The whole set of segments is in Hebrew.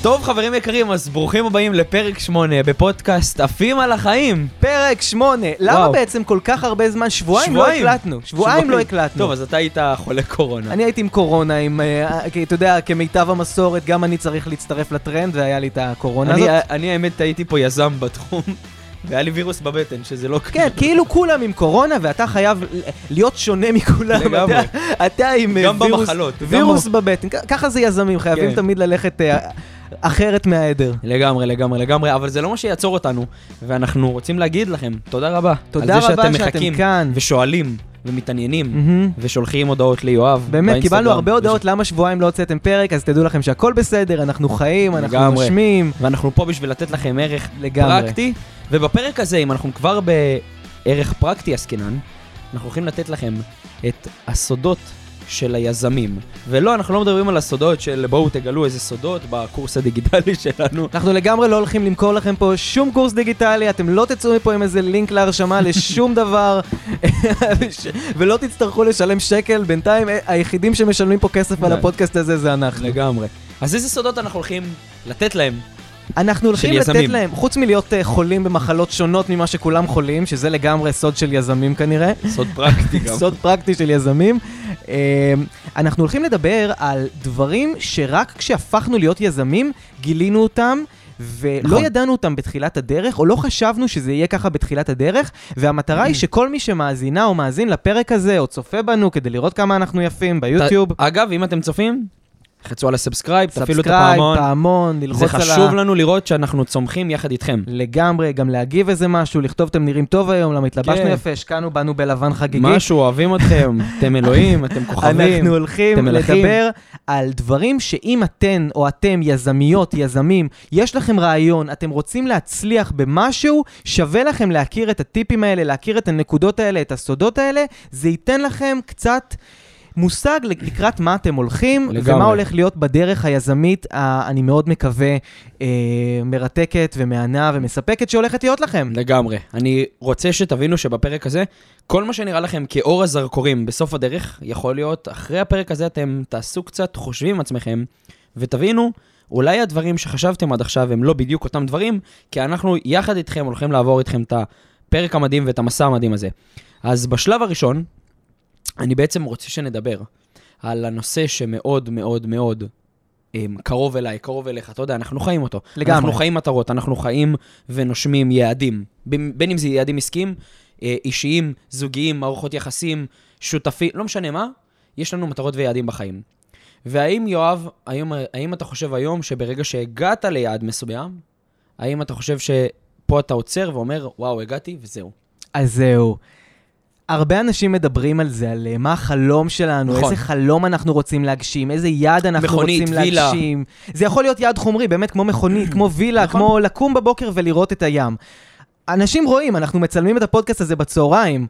טוב חברים יקרים, אז ברוכים הבאים לפרק 8 בפודקאסט עפים על החיים. פרק 8. למה בעצם כל כך הרבה זמן? שבועיים לא הקלטנו. שבועיים לא הקלטנו. טוב, אז אתה היית חולה קורונה. אני הייתי עם קורונה, אתה יודע, כמיטב המסורת, גם אני צריך להצטרף לטרנד, והיה לי את הקורונה הזאת. אני האמת הייתי פה יזם בתחום, והיה לי וירוס בבטן, שזה לא... כן, כאילו כולם עם קורונה, ואתה חייב להיות שונה מכולם. לגמרי. אתה עם וירוס בבטן. ככה זה יזמים, חייבים תמיד ללכת... אחרת מהעדר. לגמרי, אבל זה לא מה שיעצור אותנו, ואנחנו רוצים להגיד לכם, תודה רבה. תודה רבה שאתם כאן. ושואלים, ומתעניינים, ושולחים הודעות ליואב. באמת, קיבלנו הרבה הודעות למה שבועיים לא הוצאתם פרק, אז תדעו לכם שהכל בסדר, אנחנו חיים, אנחנו נושמים. ואנחנו פה בשביל לתת לכם ערך פרקטי, ובפרק הזה, אם אנחנו כבר בערך פרקטי עסקינן, אנחנו הולכים לתת לכם את הסודות של היזמים. ולא, אנחנו לא מדברים על הסודות של בואו תגלו איזה סודות בקורס הדיגיטלי שלנו. אנחנו לגמרי לא הולכים למכור לכם פה שום קורס דיגיטלי, אתם לא תצאו מפה עם איזה לינק להרשמה לשום דבר, ולא תצטרכו לשלם שקל. בינתיים היחידים שמשלמים פה כסף על הפודקאסט הזה זה אנחנו. לגמרי. אז איזה סודות אנחנו הולכים לתת להם? אנחנו הולכים לתת להם, חוץ מלהיות חולים במחלות שונות ממה שכולם חולים, שזה לגמרי סוד של יזמים כנראה. סוד פרקטי גם. סוד פרקטי של יזמים. אנחנו הולכים לדבר על דברים שרק כשהפכנו להיות יזמים, גילינו אותם, ולא ידענו אותם בתחילת הדרך, או לא חשבנו שזה יהיה ככה בתחילת הדרך, והמטרה היא שכל מי שמאזינה או מאזין לפרק הזה, או צופה בנו כדי לראות כמה אנחנו יפים ביוטיוב. אגב, אם אתם צופים, חצו על הסאבסקרייב, תפעילו את פעמון, זה חשוב לנו לראות שאנחנו צומחים יחד איתכם. לגמרי, גם להגיב איזה משהו, לכתוב אתם נראים טוב היום, למה התלבשנו יפה, השקענו בנו בלבן חגיגי. משהו, אוהבים אתכם, אתם אלוהים, אתם כוכבים. אנחנו הולכים לדבר על דברים שאם אתן או אתם יזמיות, יזמים, יש לכם רעיון, אתם רוצים להצליח במשהו, שווה לכם להכיר את הטיפים האלה, להכיר את הנקודות האלה, את הסודות האלה, זה ייתן לכם קצת מושג לקראת מה אתם הולכים, ומה הולך להיות בדרך היזמית, אני מאוד מקווה, מרתקת ומענה ומספקת שהולכת להיות לכם. לגמרי. אני רוצה שתבינו שבפרק הזה, כל מה שנראה לכם כאור הזרקורים בסוף הדרך, יכול להיות, אחרי הפרק הזה אתם תעשו קצת, חושבים עם עצמכם, ותבינו, אולי הדברים שחשבתם עד עכשיו הם לא בדיוק אותם דברים, כי אנחנו יחד איתכם הולכים לעבור איתכם את הפרק המדהים ואת המסע המדהים הזה. אז בשלב הראשון, אני בעצם רוצה שנדבר על הנושא שמאוד מאוד מאוד קרוב אליי, קרוב אליך, אתה יודע, אנחנו חיים אותו. לגמרי. אנחנו חיים מטרות, אנחנו חיים ונושמים יעדים. בין אם זה יעדים עסקיים, אישיים, זוגיים, מערכות יחסים, שותפים, לא משנה מה, יש לנו מטרות ויעדים בחיים. והאם יואב, האם אתה חושב היום שברגע שהגעת ליעד מסוים, האם אתה חושב שפה אתה עוצר ואומר, וואו, הגעתי וזהו. אז זהו. הרבה אנשים מדברים על זה, על מה החלום שלנו, איזה חלום אנחנו רוצים להגשים, איזה יעד אנחנו רוצים להגשים. זה יכול להיות יעד חומרי, באמת כמו מכונית, כמו וילה, כמו לקום בבוקר ולראות את הים. אנשים רואים, אנחנו מצלמים את הפודקאסט הזה בצהריים,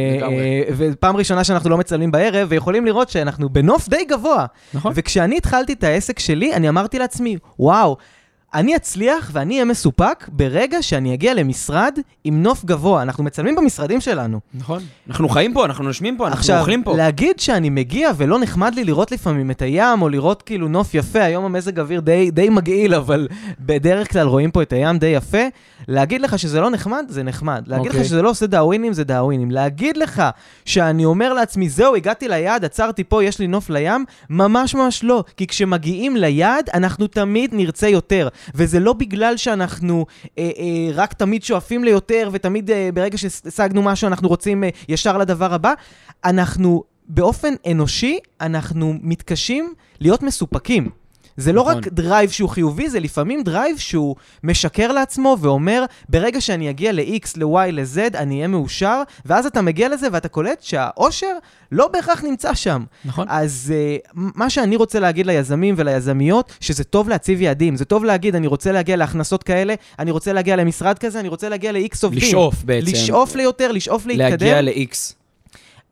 ופעם ראשונה שאנחנו לא מצלמים בערב, ויכולים לראות שאנחנו בנוף די גבוה. וכשאני התחלתי את העסק שלי, אני אמרתי לעצמי, וואו, אני אצליח ואני אהיה מסופק ברגע שאני אגיע למשרד עם נוף גבוה. אנחנו מצלמים במשרדים שלנו. נכון. אנחנו חיים פה, אנחנו נושמים פה, אנחנו אוכלים פה. עכשיו, להגיד שאני מגיע ולא נחמד לי לראות לפעמים את הים, או לראות כאילו נוף יפה, היום המזג אוויר די מגעיל, אבל בדרך כלל רואים פה את הים די יפה. להגיד לך שזה לא נחמד, זה נחמד. להגיד לך שזה לא עושה דאווינים, זה דאווינים. להגיד לך שאני אומר לעצמי, זהו, הגעתי ליעד, עצרתי פה, יש לי נוף לים, ממש ממש לא. כי כשמגיעים ליעד, אנחנו תמיד נרצה יותר. וזה לא בגלל שאנחנו רק תמיד שואפים ליותר, ותמיד ברגע שהשגנו משהו, אנחנו רוצים ישר לדבר הבא. אנחנו, באופן אנושי, אנחנו מתקשים להיות מסופקים. זה לא רק דרייב שהוא חיובי, זה לפעמים דרייב שהוא משקר לעצמו ואומר, ברגע שאני אגיע ל-X, ל-Y, ל-Z, אני אהיה מאושר, ואז אתה מגיע לזה ואתה קולט שהאושר לא בהכרח נמצא שם. נכון. אז מה שאני רוצה להגיד ליזמים וליזמיות, שזה טוב להציב יעדים, זה טוב להגיד, אני רוצה להגיע להכנסות כאלה, אני רוצה להגיע למשרד כזה, אני רוצה להגיע ל-X עובדים. לשאוף בעצם. לשאוף ליותר, לשאוף להתקדם. להגיע ל-X.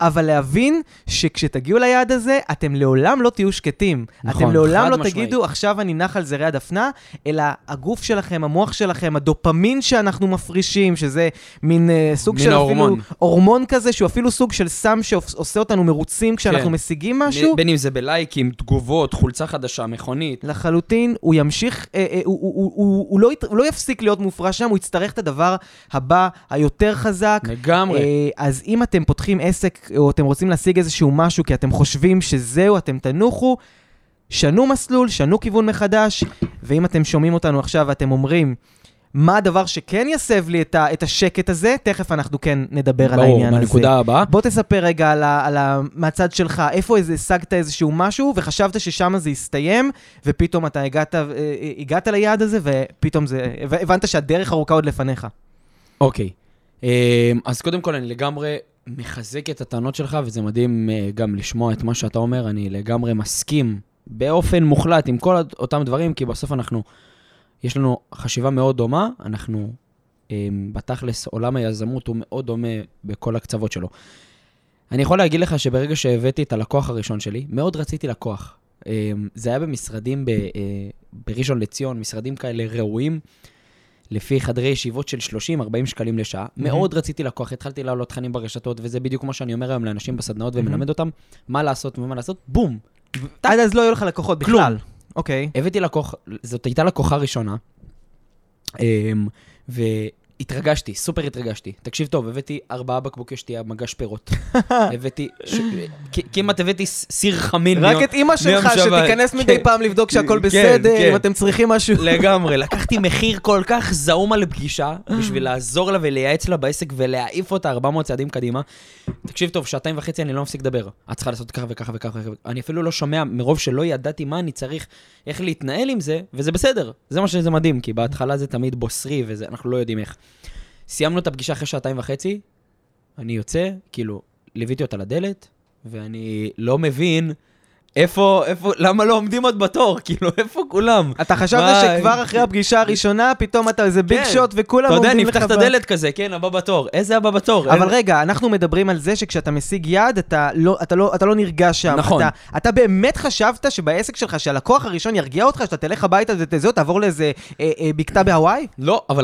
אבל להבין שכשתגיעו ליעד הזה, אתם לעולם לא תהיו שקטים. נכון, אתם לעולם חד לא משמעית. תגידו, עכשיו אני נח על זרי הדפנה, אלא הגוף שלכם, המוח שלכם, הדופמין שאנחנו מפרישים, שזה מין סוג מין של ההורמון. אפילו הורמון כזה, שהוא אפילו סוג של סם שעושה אותנו מרוצים כשאנחנו כן. משיגים משהו. בין אם זה בלייקים, תגובות, חולצה חדשה, מכונית. לחלוטין, הוא ימשיך, הוא לא יפסיק להיות מופרש שם, הוא יצטרך את הדבר הבא, היותר חזק. לגמרי. אז אם אתם פותחים עסק, או אתם רוצים להשיג איזשהו משהו, כי אתם חושבים שזהו, אתם תנוחו, שנו מסלול, שנו כיוון מחדש, ואם אתם שומעים אותנו עכשיו ואתם אומרים, מה הדבר שכן יסב לי את השקט הזה, תכף אנחנו כן נדבר על העניין הזה. ברור, בנקודה הבאה. בוא תספר רגע מהצד שלך, איפה השגת איזשהו משהו, וחשבת ששם זה יסתיים, ופתאום אתה הגעת ליעד הזה, ופתאום הבנת שהדרך ארוכה עוד לפניך. אוקיי. אז קודם כל אני לגמרי מחזק את הטענות שלך, וזה מדהים גם לשמוע את מה שאתה אומר, אני לגמרי מסכים באופן מוחלט עם כל אותם דברים, כי בסוף יש לנו חשיבה מאוד דומה, אנחנו בתכלס עולם היזמות הוא מאוד דומה בכל הקצוות שלו. אני יכול להגיד לך שברגע שהבאתי את הלקוח הראשון שלי, מאוד רציתי לקוח. זה היה במשרדים בראשון לציון, משרדים כאלה ראויים, לפי חדרי ישיבות של 30-40 שקלים לשעה. מאוד רציתי לקוח, התחלתי לעלות תכנים ברשתות, וזה בדיוק כמו שאני אומר היום לאנשים בסדנאות ומלמד אותם מה לעשות ומה לעשות, בום. עד אז לא היו לך לקוחות בכלל. אוקיי. הבאתי לקוח, זאת הייתה לקוחה ראשונה, והתרגשתי, סופר התרגשתי. תקשיב טוב, הבאתי 4 בקבוקי שתייה, מגש פירות. הבאתי, כמעט הבאתי סיר חמין. רק את אמא שלך שתיכנס מדי פעם לבדוק שהכל בסדר, אם אתם צריכים משהו. לגמרי, לקחתי מחיר כל כך זעום על פגישה, בשביל לעזור לה ולייעץ לה בעסק ולהעיף אותה 400 צעדים קדימה. תקשיב טוב, 2.5 אני לא מפסיק לדבר. את צריכה לעשות ככה וככה וככה. אני אפילו לא שומע, מרוב שלא ידעתי מה אני צריך, איך להתנהל עם זה, וזה בסדר. זה מה שזה מדהים, כי בהתחלה זה תמיד בוסרי, ואנחנו לא יודעים איך. סיימנו את הפגישה אחרי 2.5, אני יוצא, כאילו, ליוויתי אותה לדלת, ואני לא מבין איפה, למה לא עומדים עוד בתור? כאילו, איפה כולם? אתה חשבת שכבר אחרי הפגישה הראשונה, פתאום אתה איזה ביג שוט וכולם עומדים לך. עומדים אתה יודע, נפתח את הדלת כזה, כן, הבא בתור. איזה הבא בתור? אבל רגע, אנחנו מדברים על זה שכשאתה משיג יד, אתה לא נרגש שם. נכון. אתה באמת חשבת שבעסק שלך, שהלקוח הראשון ירגיע אותך, שאתה תלך הביתה ותזהו, תעבור לאיזה בקתה בהוואי? לא, אבל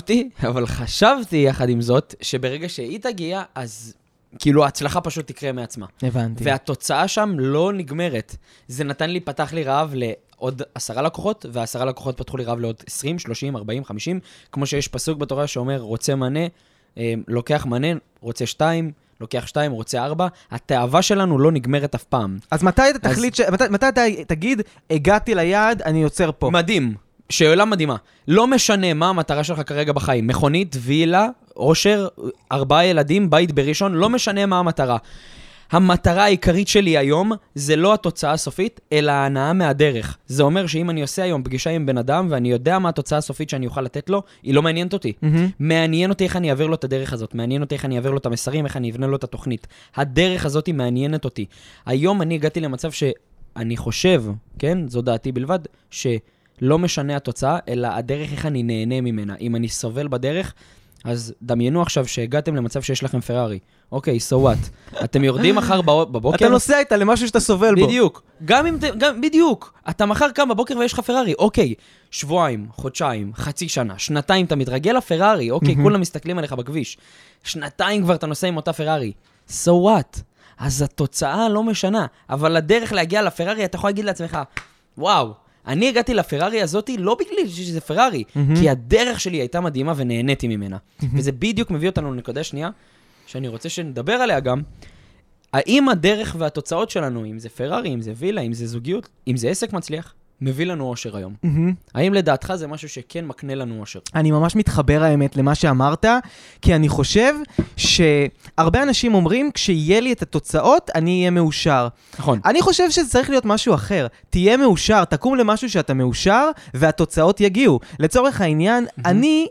חשבתי יחד עם זאת, שברגע שהיא תגיע, אז כאילו ההצלחה פשוט תקרה מעצמה. הבנתי. והתוצאה שם לא נגמרת. זה פתח לי רעב לעוד 10 לקוחות, ו10 לקוחות פתחו לי רעב לעוד 20, 30, 40, 50, כמו שיש פסוק בתורה שאומר, רוצה מנה, לוקח מנה, רוצה 2, לוקח 2, רוצה 4. התאווה שלנו לא נגמרת אף פעם. אז מתי אתה מתי אתה תגיד, הגעתי ליעד, אני יוצר פה? מדהים. שאלה מדהימה. לא משנה מה המטרה שלך כרגע בחיים. מכונית, וילה, עושר, 4 ילדים, בית בראשון, לא משנה מה המטרה. המטרה העיקרית שלי היום זה לא התוצאה הסופית, אלא ההנאה מהדרך. זה אומר שאם אני עושה היום פגישה עם בן אדם, ואני יודע מה התוצאה הסופית שאני אוכל לתת לו, היא לא מעניינת אותי. מעניין אותי איך אני אעביר לו את הדרך הזאת, מעניין אותי איך אני אעביר לו את המסרים, איך אני אבנה לו את התוכנית. הדרך הזאת היא מעניינת אותי. היום אני הגעתי למצב שאני חושב, כן, זו דעתי בלבד, שלא משנה התוצאה, אלא הדרך איך אני נהנה ממנה. אם אני סובל בדרך, אז דמיינו עכשיו שהגעתם למצב שיש לכם פרארי. אוקיי, so what? אתם יורדים מחר בבוקר? אתה נוסע איתה למשהו שאתה סובל בו. בדיוק. בדיוק. אתה מחר קם בבוקר ויש לך פרארי. אוקיי, שבועיים, חודשיים, חצי שנה, שנתיים אתה מתרגל לפרארי. אוקיי, כולם מסתכלים עליך בכביש. שנתיים כבר אתה נוסע עם אותה פרארי. So what? אז התוצאה לא משנה. אבל הדרך להגיע לפרארי, אתה יכול להגיד לעצמך, וואו, אני הגעתי לפרארי הזאת לא בגלל שזה פרארי, כי הדרך שלי הייתה מדהימה ונהניתי ממנה. וזה בדיוק מביא אותנו לנקודה שנייה, שאני רוצה שנדבר עליה גם. האם הדרך והתוצאות שלנו, אם זה פרארי, אם זה וילה, אם זה זוגיות, אם זה עסק מצליח, מביא לנו אושר היום? האם לדעתך זה משהו שכן מקנה לנו אושר? אני ממש מתחבר האמת למה שאמרת, כי אני חושב שהרבה אנשים אומרים, כשיהיה לי את התוצאות, אני אהיה מאושר. נכון. אני חושב שזה צריך להיות משהו אחר. תהיה מאושר, תקום למשהו שאתה מאושר, והתוצאות יגיעו. לצורך העניין, אני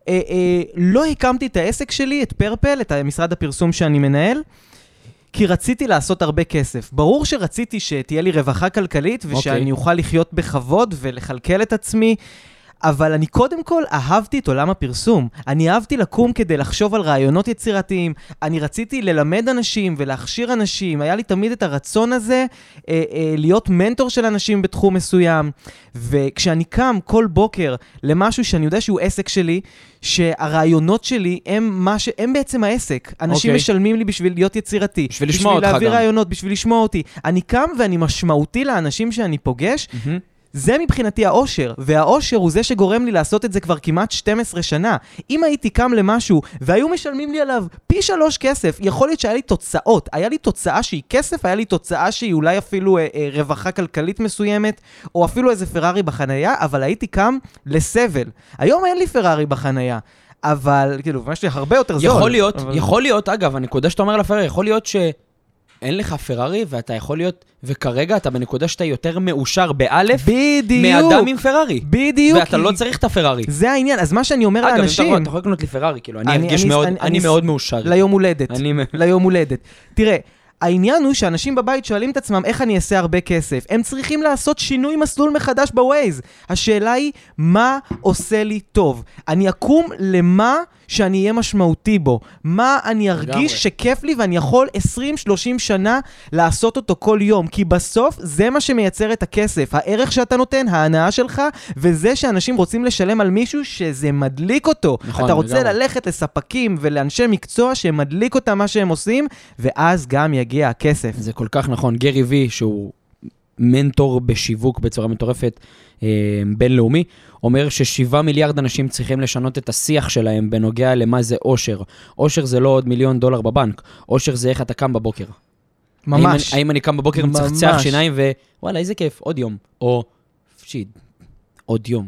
לא הקמתי את העסק שלי, את פרפל, את משרד הפרסום שאני מנהל, כי רציתי לעשות הרבה כסף. ברור שרציתי שתהיה לי רווחה כלכלית, ושאני אוכל לחיות בכבוד ולחלקל את עצמי, אבל אני קודם כל אהבתי את עולם הפרסום. אני אהבתי לקום כדי לחשוב על רעיונות יצירתיים, אני רציתי ללמד אנשים ולהכשיר אנשים, היה לי תמיד את הרצון הזה להיות מנטור של אנשים בתחום מסוים, וכשאני קם כל בוקר למשהו שאני יודע שהוא עסק שלי, שהרעיונות שלי הם בעצם העסק. אנשים משלמים לי בשביל להיות יצירתי, בשביל להביא רעיונות, בשביל לשמוע אותי. אני קם ואני משמעותי לאנשים שאני פוגש, זה מבחינתי האושר, והאושר הוא זה שגורם לי לעשות את זה כבר כמעט 12 שנה. אם הייתי קם למשהו והיו משלמים לי עליו פי 3 כסף, יכול להיות שהיה לי תוצאות. היה לי תוצאה שהיא כסף, היה לי תוצאה שהיא אולי אפילו רווחה כלכלית מסוימת, או אפילו איזה פרארי בחנייה, אבל הייתי קם לסבל. היום אין לי פרארי בחנייה. אבל, כאילו, יש לי הרבה יותר זול. יכול להיות, אגב, הנקודה שאתה אומר לפרארי, יכול להיות אין לך פרארי, ואתה יכול להיות, וכרגע אתה בנקודה שאתה יותר מאושר באלף, מאדם עם פרארי. בדיוק. ואתה לא צריך את הפרארי. זה העניין, אז מה שאני אומר לאנשים... אגב, אתה יכול לקנות לי פרארי, כאילו, אני מאוד מאושר. ליום הולדת. תראה, העניין הוא שאנשים בבית שואלים את עצמם איך אני אעשה הרבה כסף. הם צריכים לעשות שינוי מסלול מחדש בווייז. השאלה היא, מה עושה לי טוב? אני אקום למה שאני אהיה משמעותי בו. מה אני ארגיש שכיף לי ואני יכול 20-30 שנה לעשות אותו כל יום. כי בסוף זה מה שמייצר את הכסף. הערך שאתה נותן, ההנאה שלך, וזה שאנשים רוצים לשלם על מישהו שזה מדליק אותו. אתה רוצה ללכת לספקים ולאנשי מקצוע שמדליק אותם מה שהם עושים, ואז גם יגיע הכסף. זה כל כך נכון. גרי וי, שהוא מנטור בשיווק בצורה מטורפת בינלאומי, אומר ש7 מיליארד אנשים צריכים לשנות את השיח שלהם בנוגע למה זה אושר. אושר זה לא עוד $1,000,000 בבנק. אושר זה איך אתה קם בבוקר. ממש. האם אני קם בבוקר מצחצח שיניים ווואלה, איזה כיף, עוד יום. או שיט, עוד יום.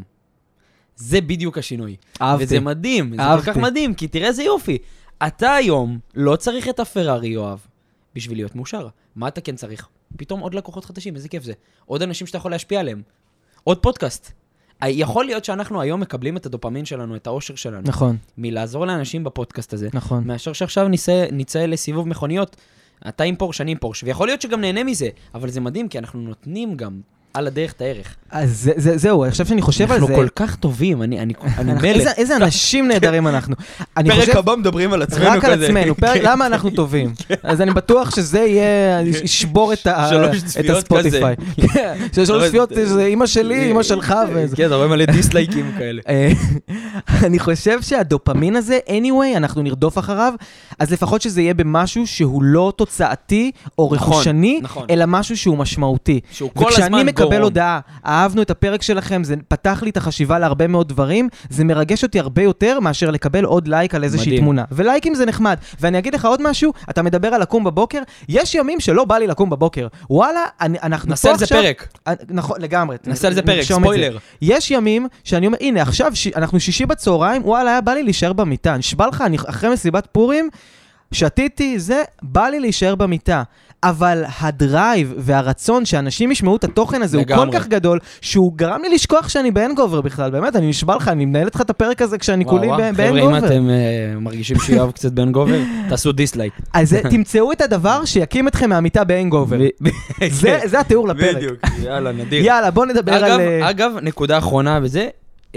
זה בדיוק השינוי. אהבתי. וזה מדהים, זה כל כך מדהים, כי תראה איזה יופי. אתה היום לא צריך את הפרארי, יואב, בשביל להיות מאושר. מה אתה כן צריך? פתאום עוד לקוחות חדשים, איזה כיף זה. עוד אנשים שאתה יכול להשפיע עליהם. עוד פודקאסט. יכול להיות שאנחנו היום מקבלים את הדופמין שלנו, את האושר שלנו. נכון. מלעזור לאנשים בפודקאסט הזה. נכון. מאשר שעכשיו נצא לסיבוב מכוניות, אתה עם פורש, אני עם פורש. ויכול להיות שגם נהנה מזה, אבל זה מדהים, כי אנחנו נותנים גם על הדרך את הערך. אז זהו, אני חושב שאני חושב על זה. אנחנו כל כך טובים, אני מלך. איזה אנשים נהדרים אנחנו. פרק הבא מדברים על עצמנו כזה. רק על עצמנו, למה אנחנו טובים. אז אני בטוח שזה ישבור את הספוטיפיי. 3 צפיות, זה אמא שלי, אמא שלך. כן, אתה רואה מלא דיסלייקים כאלה. אני חושב שהדופמין הזה, anyway, אנחנו נרדוף אחריו, אז לפחות שזה יהיה במשהו שהוא לא תוצאתי או רכושני, אלא משהו שהוא משמעותי. וכשאני מקבל הודעה, אהבנו את הפרק שלכם, זה פתח לי את החשיבה להרבה מאוד דברים, זה מרגש אותי הרבה יותר מאשר לקבל עוד לייק על איזושהי תמונה. ולייקים זה נחמד. ואני אגיד לך עוד משהו, אתה מדבר על לקום בבוקר, יש ימים שלא בא לי לקום בבוקר. וואלה, אנחנו נעשה על זה פרק. נכון, לגמרי. נעשה על זה פרק, ספוילר. יש ימים שאני אומר, הנה, עכשיו אנחנו 6 בצהריים, וואלה, היה בא לי להישאר במיטה. נשבע לך, אחרי מסיבת פורים, שתיתי, זה בא לי להישאר במיטה. אבל הדרייב והרצון שאנשים ישמעו את התוכן הזה הוא כל כך גדול, שהוא גרם לי לשכוח שאני בהנגובר בכלל. באמת, אני נשבע לך, אני מנהל איתך את הפרק הזה כשאני כולי בהנגובר. חבר'ה, אם אתם מרגישים שיואב קצת בהנגובר, תעשו דיסלייק. אז תמצאו את הדבר שיקים אתכם מהמיטה בהנגובר. זה התיאור לפרק. בדיוק, יאללה, נדיר. יאללה, בוא נדבר על... אגב, נקודה אחרונה וזה,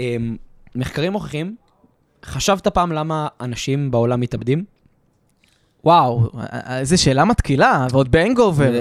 מחקרים מוכיחים, חשבת פעם למה אנשים בעולם מתאבדים? וואו, איזו שאלה מתקילה, ועוד בהנגובר.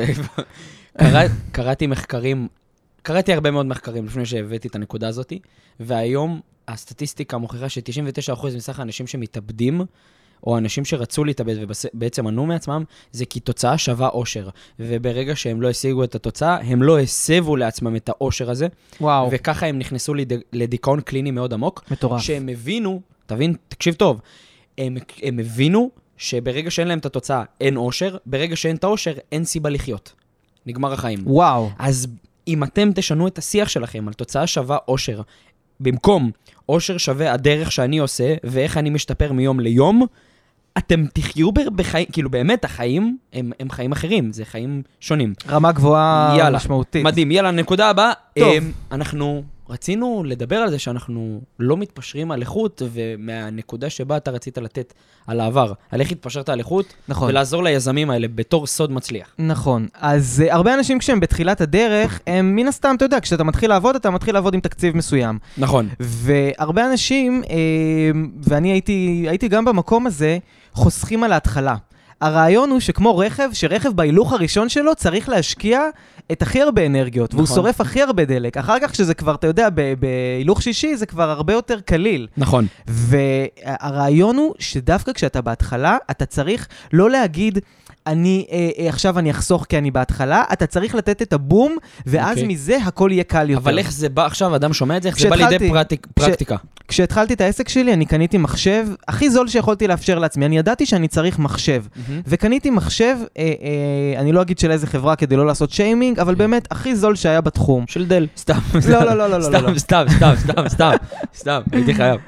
קראתי הרבה מאוד מחקרים לפני שהבאתי את הנקודה הזאת, והיום הסטטיסטיקה מוכיחה ש99% מסך האנשים שמתאבדים, או אנשים שרצו להתאבד ובעצם ענו מעצמם, זה כי תוצאה שווה אושר. וברגע שהם לא השיגו את התוצאה, הם לא הסבו לעצמם את האושר הזה, וואו. וככה הם נכנסו לדיכאון קליני מאוד עמוק. מטורף. שהם הבינו, תבין, תקשיב טוב, הם הבינו שברגע שאין להם את התוצאה, אין אושר, ברגע שאין את האושר, אין סיבה לחיות. נגמר החיים. וואו. אז אם אתם תשנו את השיח שלכם על תוצאה שווה אושר, במקום אושר שווה הדרך שאני עושה, ואיך אני משתפר מיום ליום, אתם תחיו בחיים, כאילו באמת החיים הם חיים אחרים, זה חיים שונים. רמה גבוהה משמעותית. מדהים, יאללה, נקודה הבאה. טוב. אנחנו רצינו לדבר על זה שאנחנו לא מתפשרים על איכות, ומהנקודה שבה אתה רצית לתת על העבר, על איך התפשרת על איכות, נכון. ולעזור ליזמים האלה בתור סוד מצליח. נכון. אז הרבה אנשים כשהם בתחילת הדרך, הם מן הסתם, אתה יודע, כשאתה מתחיל לעבוד, אתה מתחיל לעבוד עם תקציב מסוים. נכון. והרבה אנשים, ואני הייתי גם במקום הזה, חוסכים על ההתחלה. הרעיון הוא שכמו רכב, שרכב בהילוך הראשון שלו צריך להשקיע את הכי הרבה אנרגיות, והוא שורף הכי הרבה דלק. אחר כך שזה כבר, אתה יודע, בהילוך שישי זה כבר הרבה יותר קליל. נכון. והרעיון הוא שדווקא כשאתה בהתחלה, אתה צריך לא להגיד, עכשיו אני אחסוך כי אני בהתחלה, אתה צריך לתת את הבום, ואז מזה הכל יהיה קל יותר. אבל איך זה בא עכשיו, אדם שומע את זה, איך זה בא לידי פרקטיקה? כשהתחלתי את העסק שלי, אני קניתי מחשב, הכי זול שיכולתי לאפשר לעצמי. אני ידעתי שאני צריך מחשב, וקניתי מחשב, אני לא אגיד של איזה חברה כדי לא לעשות שיימינג, אבל באמת, הכי זול שהיה בתחום. של דל, סתם. לא. סתם, הייתי חייב.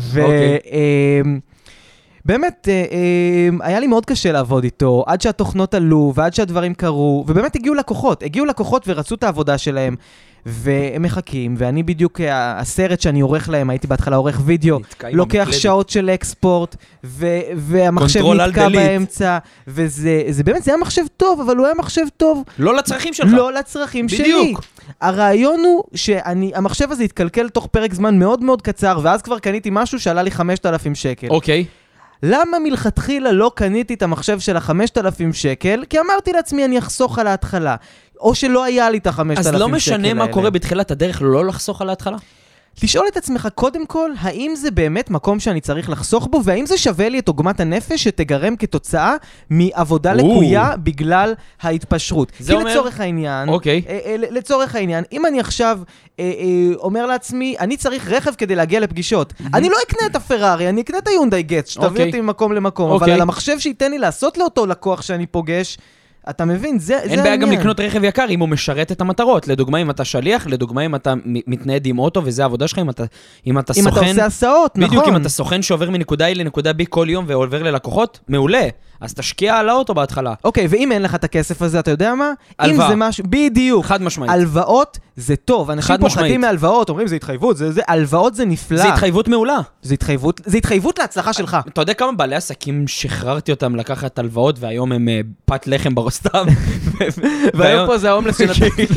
באמת, היה לי מאוד קשה לעבוד איתו, עד שהתוכנות עלו, ועד שהדברים קרו, ובאמת הגיעו לקוחות ורצו את העבודה שלהם, והם מחכים, ואני בדיוק, הסרט שאני עורך להם, הייתי בהתחלה עורך וידאו, לוקח שעות של אקספורט, והמחשב נתקע באמצע, וזה באמת, זה היה מחשב טוב, אבל הוא היה מחשב טוב. לא לצרכים שלך. לא לצרכים שלי. הרעיון הוא שהמחשב הזה התקלקל תוך פרק זמן מאוד מאוד קצר, ואז כבר קניתי משהו שעלה לי 5,000 שקל. אוקיי. למה מלכתחילה לא קניתי את המחשב של ה-5,000 שקל? כי אמרתי לעצמי, אני אחסוך על ההתחלה. או שלא היה לי את ה-5,000 שקל האלה. אז לא משנה מה קורה בתחילת הדרך, לא לחסוך על ההתחלה? לשאול את עצמך קודם כל, האם זה באמת מקום שאני צריך לחסוך בו, והאם זה שווה לי את עוגמת הנפש שתגרם כתוצאה מעבודה לקויה בגלל ההתפשרות. כי לצורך העניין, לצורך העניין, אם אני עכשיו אומר לעצמי, אני צריך רכב כדי להגיע לפגישות. אני לא אקנה את הפרארי, אני אקנה את היונדאי גץ, שתביא אותי ממקום למקום, אבל על המחשב שייתן לי לעשות לאותו לקוח שאני פוגש, אתה מבין, זה העניין. אין בעיה גם לקנות רכב יקר אם הוא משרת את המטרות. לדוגמה, אם אתה שליח, לדוגמה, אם אתה מתנהד עם אוטו, וזה העבודה שלך, אם אתה סוכן... אם אתה עושה הסעות, נכון. בדיוק, אם אתה סוכן שעובר מנקודה A לנקודה B כל יום ועובר ללקוחות, מעולה. אז תשקיע על האוטו בהתחלה. אוקיי, ואם אין לך את הכסף הזה, אתה יודע מה? הלוואה. אם זה משהו, בדיוק. חד משמעית. הלוואות זה טוב. אנשים פוחדים מהלוואות, אומרים זה התחייבות, הלוואות זה נפלא. זה התחייבות מעולה. זה התחייבות להצלחה שלך. אתה יודע כמה בעלי עסקים שחררתי אותם לקחת הלוואות, והיום הם פת לחם ברוסתם. והיום פה זה ההומלס של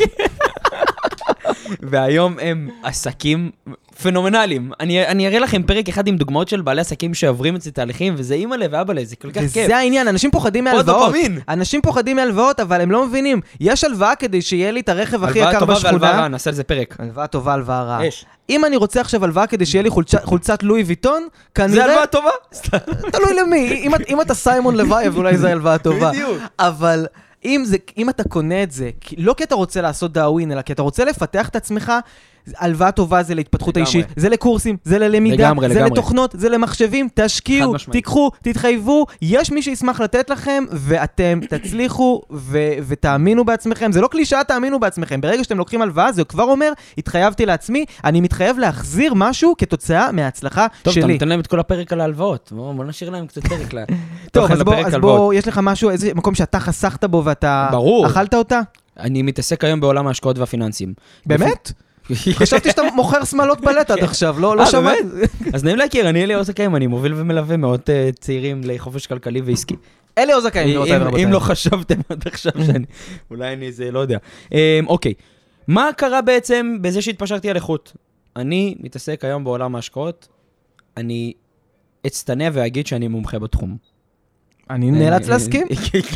והיום הם עסקים פנומנליים. אני אראה לכם פרק אחד עם דוגמאות של בעלי עסקים שעוברים את תהליכים, וזה אימא'לה ואבא'לה, זה כל כך כיף. וזה העניין, אנשים פוחדים מהלוואות. אנשים פוחדים מהלוואות, אבל הם לא מבינים. יש הלוואה כדי שיהיה לי את הרכב הכי יקר בשכונה. הלוואה טובה והלוואה רעה, נעשה על זה פרק. הלוואה טובה, הלוואה רעה. אם אני רוצה עכשיו הלוואה כדי שיהיה לי חולצת לואי ויטון, כנראה... זה הלוואה טובה? תלוי למי. אם אתה סיימון לוייב, אולי זה הלוואה טובה. בדיוק. אבל אם אתה קונה את זה, לא כי אתה רוצה לעשות דאווין, אלא כי אתה רוצה לפתח את עצמך, הלוואה טובה זה להתפתחות האישית, זה לקורסים, זה ללמידה, זה לתוכנות, זה למחשבים, תשקיעו, תיקחו, תתחייבו, יש מי שישמח לתת לכם, ואתם תצליחו ותאמינו בעצמכם, זה לא קלישאה, תאמינו בעצמכם, ברגע שאתם לוקחים הלוואה, זה כבר אומר, התחייבתי לעצמי, אני מתחייב להחזיר משהו כתוצאה מההצלחה שלי. טוב, אתה נותן להם את כל הפרק על ההלוואות, בוא נשאיר להם קצת פרק לה. טוב, אז בוא, יש לך משהו, איזה מקום שאתה חסכת בו ואתה אכלת אותה? אני מתעסק היום בעולם ההשקעות והפיננסים. באמת? חשבתי שאתה מוכר שמלות בלט עד עכשיו, לא שמעת? אז נעים להכיר, אני אלי אוזקאים, אני מוביל ומלווה מאות צעירים לחופש כלכלי ועסקי. אלי אוזקאים, אם לא חשבתם עד עכשיו שאני, אולי אני זה, לא יודע. אוקיי, מה קרה בעצם בזה שהתפשרתי על איכות? אני מתעסק היום בעולם ההשקעות, אני אצטנע ואגיד שאני מומחה בתחום. אני נאלץ להסכים.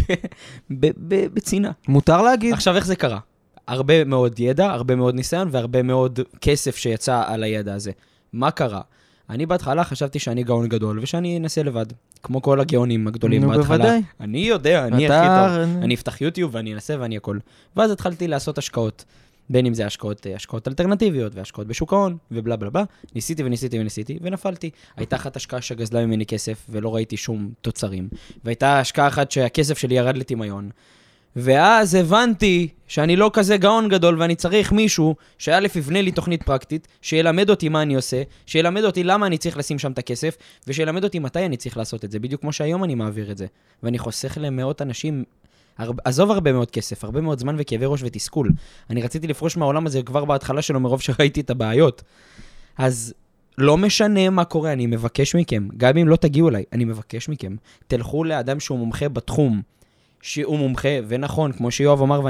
בצינה. מותר להגיד. עכשיו איך זה קרה? הרבה מאוד ידע, הרבה מאוד ניסיון, והרבה מאוד כסף שיצא על הידע הזה. מה קרה? אני בהתחלה חשבתי שאני גאון גדול, ושאני אנסה לבד. כמו כל הגאונים הגדולים בהתחלה. בוודאי. אני יודע, אני הכי טוב. אני אפתח יוטיוב ואני אנסה ואני הכל. ואז התחלתי לעשות השקעות. בין אם זה השקעות אלטרנטיביות, והשקעות בשוק ההון, ובלה בלה בלה. ניסיתי ונפלתי. הייתה אחת השקעה שגזלה ממני כסף, ולא ראיתי שום תוצרים. והייתה השקעה אחת שהכסף שלי ירד לטמיון. ואז הבנתי שאני לא כזה גאון גדול, ואני צריך מישהו שא' יבנה לי תוכנית פרקטית, שילמד אותי מה אני עושה, שילמד אותי למה אני צריך לשים שם את הכסף, ושילמד אותי מתי אני צריך לעשות את זה, בדיוק כמו שהיום אני מעביר את זה. ואני חוסך למאות אנשים עזוב הרבה מאוד כסף, הרבה מאוד זמן וכאבי ראש ותסכול. אני רציתי לפרוש מהעולם הזה כבר בהתחלה שלו, מרוב שראיתי את הבעיות. אז לא משנה מה קורה, אני מבקש מכם, גם אם לא תגיעו אליי, אני מבקש מכם, תלכו לאדם שהוא מומחה בתחום, שהוא מומחה, ונכון, כמו שיואב אמר,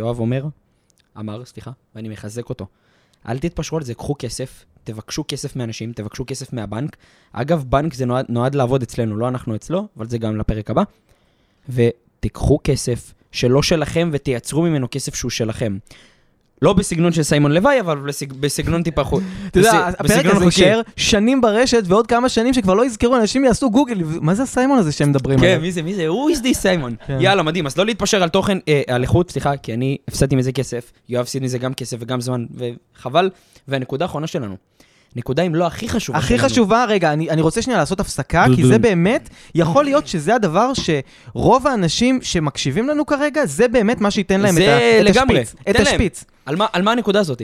ואני מחזק אותו. אל תתפשרו על זה, קחו כסף, תבקשו כסף מאנשים, תבקשו כסף מהבנק. אגב, בנק זה נועד לעבוד אצלנו, לא אנחנו אצלו, אבל זה גם לפרק הבא. ותיקחו כסף שלא שלכם ותייצרו ממנו כסף שהוא שלכם. לא בסגנון של סיימון לוואי, אבל בסגנון טיפה חוץ. אתה יודע, הפרק הזה יישאר שנים ברשת, ועוד כמה שנים שכבר לא יזכרו, אנשים יעשו גוגל, מה זה הסיימון הזה שהם מדברים עליו? כן, מי זה? Who is this סיימון? יאללה, מדהים. אז לא להתפשר על תוכן, על איכות, סליחה, כי אני הפסדתי מזה כסף, יואב הפסיד מזה גם כסף וגם זמן, וחבל. והנקודה האחרונה שלנו, נקודה אם לא הכי חשובה שלנו. הכי חשובה, רגע, אני רוצה שנייה לעשות הפסקה, כי זה באמת, יכול להיות שזה הדבר שרוב האנשים שמקשיבים לנו כרגע, זה באמת מה שייתן להם את השפיץ. על מה הנקודה הזאת?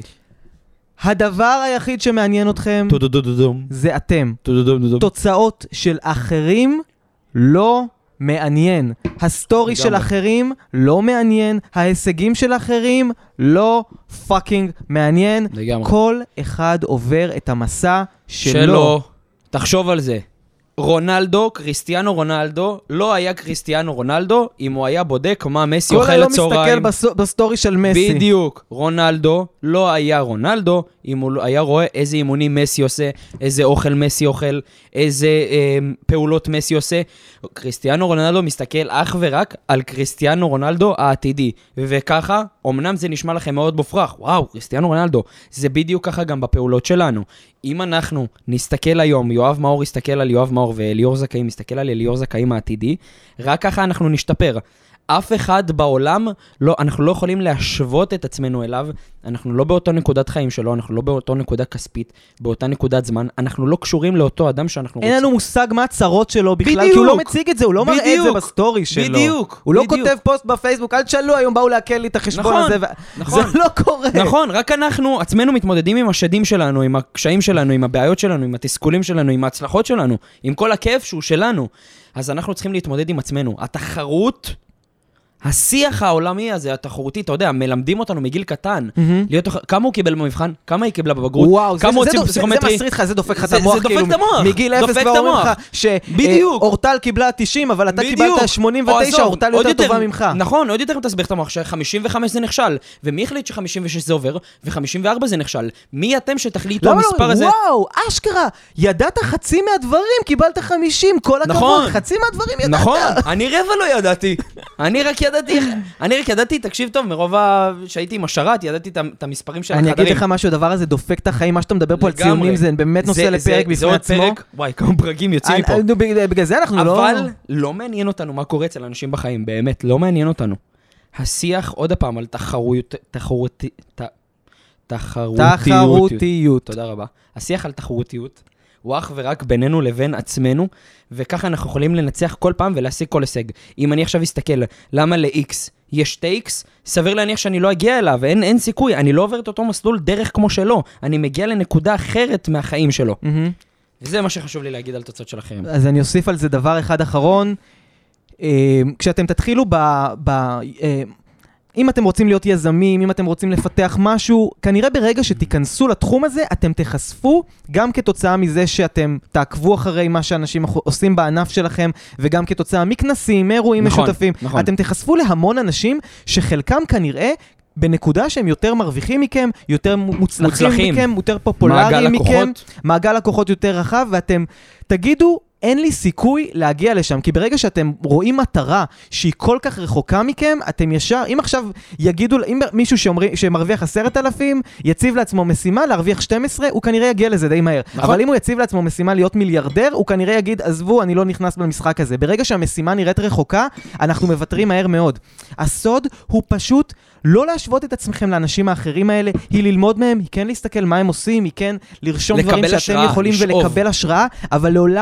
הדבר היחיד שמעניין אתכם זה אתם. תוצאות של אחרים לא מעניין. הסטורי של אחרים לא מעניין. ההישגים של אחרים לא פאקינג מעניין. כל אחד עובר את המסע שלו. תחשוב על זה. קריסטיאנו רונלדו, לא היה קריסטיאנו רונלדו, אם הוא היה בודק מה מסי אוכל לצהריים. כל מסתכל בסטורי של מסי. בדיוק. רונלדו, לא היה רונלדו, אם הוא היה רואה איזה אימונים מסי עושה, איזה אוכל מסי אוכל, איזה פעולות מסי עושה. קריסטיאנו רונלדו מסתכל אך ורק על קריסטיאנו רונלדו העתידי. וככה, אמנם זה נשמע לכם מאוד מופרך, וואו, קריסטיאנו רונלדו, זה בדיוק ככה גם בפעולות שלנו. אם אנחנו נסתכל היום, יואב מאור יסתכל על יואב מאור ואליאור זכאים מסתכל על אליאור זכאים העתידי, רק ככה אנחנו נשתפר. אף אחד בעולם, אנחנו לא יכולים להשוות את עצמנו אליו, אנחנו לא באותו נקודת חיים שלו, אנחנו לא באותו נקודה כספית, באותה נקודת זמן, אנחנו לא קשורים לאותו אדם שאנחנו רוצים. אין לנו מושג מה הצרות שלו בכלל, בדיוק. כי הוא לא מציג את זה, הוא לא מראה את זה בסטורי שלו. בדיוק. הוא לא כותב פוסט בפייסבוק, אל תשאלו, היום באו להקל לי את החשבון הזה, נכון. זה לא קורה. נכון, רק אנחנו עצמנו מתמודדים עם השדים שלנו, עם הקשיים שלנו, עם הבעיות שלנו, עם התסכולים שלנו, עם ההצלחות שלנו, עם כל הכיף שהוא שלנו. אז אנחנו צריכים להתמודד עם עצמנו. התחרות, השיח העולמי הזה, התחרותי, אתה יודע, מלמדים אותנו מגיל קטן. כמה הוא קיבל במבחן? כמה היא קיבלה בבגרות? וואו, זה מסריט לך, זה דופק לך את המוח. זה דופק את המוח. מגיל 0 ואומרים לך שאורטל קיבלה 90, אבל אתה קיבלת 89, אורטל יותר טובה ממך. נכון, עוד יותר מתסבך את המוח, ש55 זה נכשל. ומי החליט ש56 זה עובר, ו54 זה נכשל? מי אתם שתחליטו המספר הזה? וואו, אשכרה, ידעת חצי מהדברים, קיבלת 50, כל הכבוד, חצי מהדברים ידעת. נכון, אני רבע לא ידעתי. אני רק ידעתי, תקשיב טוב, מרוב שהייתי עם השרת, ידעתי את המספרים של החדרים. אני אגיד לך משהו, הדבר הזה דופק את החיים, מה שאתה מדבר פה על ציונים, זה באמת נושא לפרק בפני עצמו. וואי, כמה פרקים יוצאים מפה. בגלל זה אנחנו לא... אבל לא מעניין אותנו מה קורה אצל אנשים בחיים, באמת, לא מעניין אותנו. השיח, עוד הפעם, על תחרותיות. תודה רבה. השיח על תחרותיות. הוא אך ורק בינינו לבין עצמנו, וככה אנחנו יכולים לנצח כל פעם ולהשיג כל הישג. אם אני עכשיו אסתכל, למה ל-X יש 2X, סביר להניח שאני לא אגיע אליו, אין סיכוי, אני לא עובר את אותו מסלול דרך כמו שלו, אני מגיע לנקודה אחרת מהחיים שלו. וזה מה שחשוב לי להגיד על תוצאות של אחרים. אז אני אוסיף על זה דבר אחד אחרון, כשאתם תתחילו אם אתם רוצים להיות יזמים, אם אתם רוצים לפתח משהו, כנראה ברגע שתיכנסו לתחום הזה, אתם תחשפו גם כתוצאה מזה שאתם תעקבו אחרי מה שאנשים עושים בענף שלכם, וגם כתוצאה מכנסים, מאירועים משותפים. אתם תחשפו להמון אנשים שחלקם כנראה בנקודה שהם יותר מרוויחים מכם, יותר מוצלחים מכם, יותר פופולריים מכם, מעגל לקוחות יותר רחב, ואתם תגידו, אין לי סיכוי להגיע לשם, כי ברגע שאתם רואים מטרה שהיא כל כך רחוקה מכם, אתם ישר, אם עכשיו יגידו, אם מישהו שמרוויח 10,000, יציב לעצמו משימה להרוויח 12, הוא כנראה יגיע לזה די מהר. נכון. אבל אם הוא יציב לעצמו משימה להיות מיליארדר, הוא כנראה יגיד, עזבו, אני לא נכנס במשחק הזה. ברגע שהמשימה נראית רחוקה, אנחנו מוותרים מהר מאוד. הסוד הוא פשוט לא להשוות את עצמכם לאנשים האחרים האלה, היא ללמוד מהם, היא כן להסתכל מה הם עושים, היא כן לרשום דברים שאתם יכולים ולקבל השראה, אבל לעולם לא להסתכל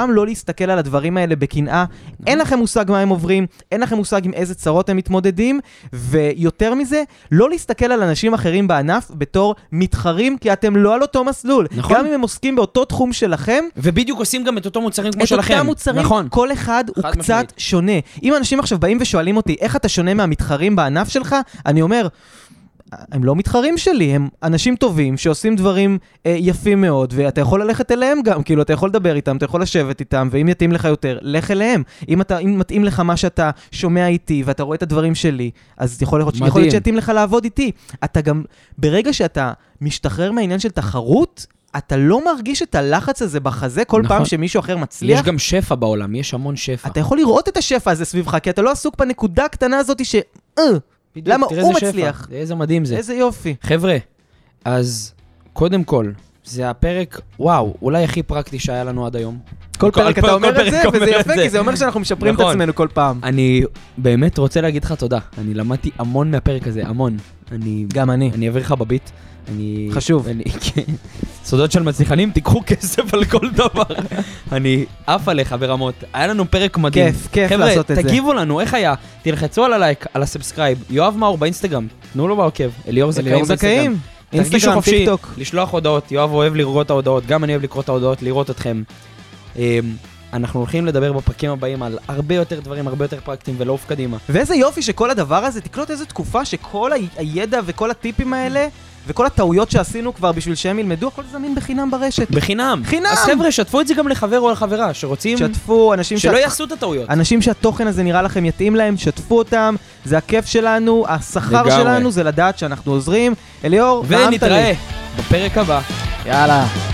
להסתכל על הדברים האלה בקנאה, אין לכם מושג מה הם עוברים, אין לכם מושג עם איזה צרות הם מתמודדים, ויותר מזה, לא להסתכל על אנשים אחרים בענף בתור מתחרים, כי אתם לא על אותו מסלול. נכון. גם אם הם עוסקים באותו תחום שלכם, ובדיוק עושים גם את אותו מוצרים כמו שלכם. את אותם מוצרים, נכון. כל אחד הוא חד קצת משמעית. שונה. אם אנשים עכשיו באים ושואלים אותי, איך אתה שונה מהמתחרים בענף שלך? אני אומר, הם לא מתחרים שלי, הם אנשים טובים שעושים דברים יפים מאוד, ואתה יכול ללכת אליהם גם, כאילו אתה יכול לדבר איתם, אתה יכול לשבת איתם, ואם יתאים לך יותר, לך אליהם. אם מתאים לך מה שאתה שומע איתי, ואתה רואה את הדברים שלי, אז יכול להיות שיתאים לך לעבוד איתי. אתה גם, ברגע שאתה משתחרר מהעניין של תחרות, אתה לא מרגיש את הלחץ הזה בחזה כל פעם שמישהו אחר מצליח. יש גם שפע בעולם, יש המון שפע. אתה יכול לראות את השפע הזה סביבך, כי אתה לא עסוק בנקודה הקטנה הזאת למה הוא מצליח? איזה מדהים זה. איזה יופי. חבר'ה, אז קודם כל, זה הפרק, וואו, אולי הכי פרקטי שהיה לנו עד היום. כל פרק אתה אומר את זה, וזה יפה, כי זה אומר שאנחנו משפרים את עצמנו כל פעם. אני באמת רוצה להגיד לך תודה. אני למדתי המון מהפרק הזה, המון. גם אני. אני אעביר לך בביט. חשוב. סודות של מצליחנים, תיקחו כסף על כל דבר. אני עף עליך ברמות. היה לנו פרק מדהים. כיף לעשות את זה. חבר'ה, תגיבו לנו, איך היה? תלחצו על הלייק, על הסאבסקרייב. יואב מאור באינסטגרם, תנו לו בעוקב. אליאור זכאים. תרגישו חופשי לשלוח הודעות. יואב אוהב לראות את ההודעות, גם אני אוהב לקרוא את ההודעות, לראות אתכם. אנחנו הולכים לדבר בפרקים הבאים על הרבה יותר דברים, הרבה יותר פרקטיים ולעוף קדימה. ואיזה יופי שכל הדבר הזה, תקלוט איזו תקופה שכל הידע וכל הטיפים האלה וכל הטעויות שעשינו כבר בשביל שהם ילמדו, הכל זמין בחינם ברשת. בחינם. חינם. אז חבר'ה, שתפו את זה גם לחבר או לחברה, שרוצים... שתפו אנשים שלא יעשו את הטעויות. אנשים שהתוכן הזה נראה לכם יתאים להם, שתפו אותם, זה הכיף שלנו, השכר שלנו זה לדעת שאנחנו עוזרים. אליאור, ונתראה בפרק הבא. יאללה.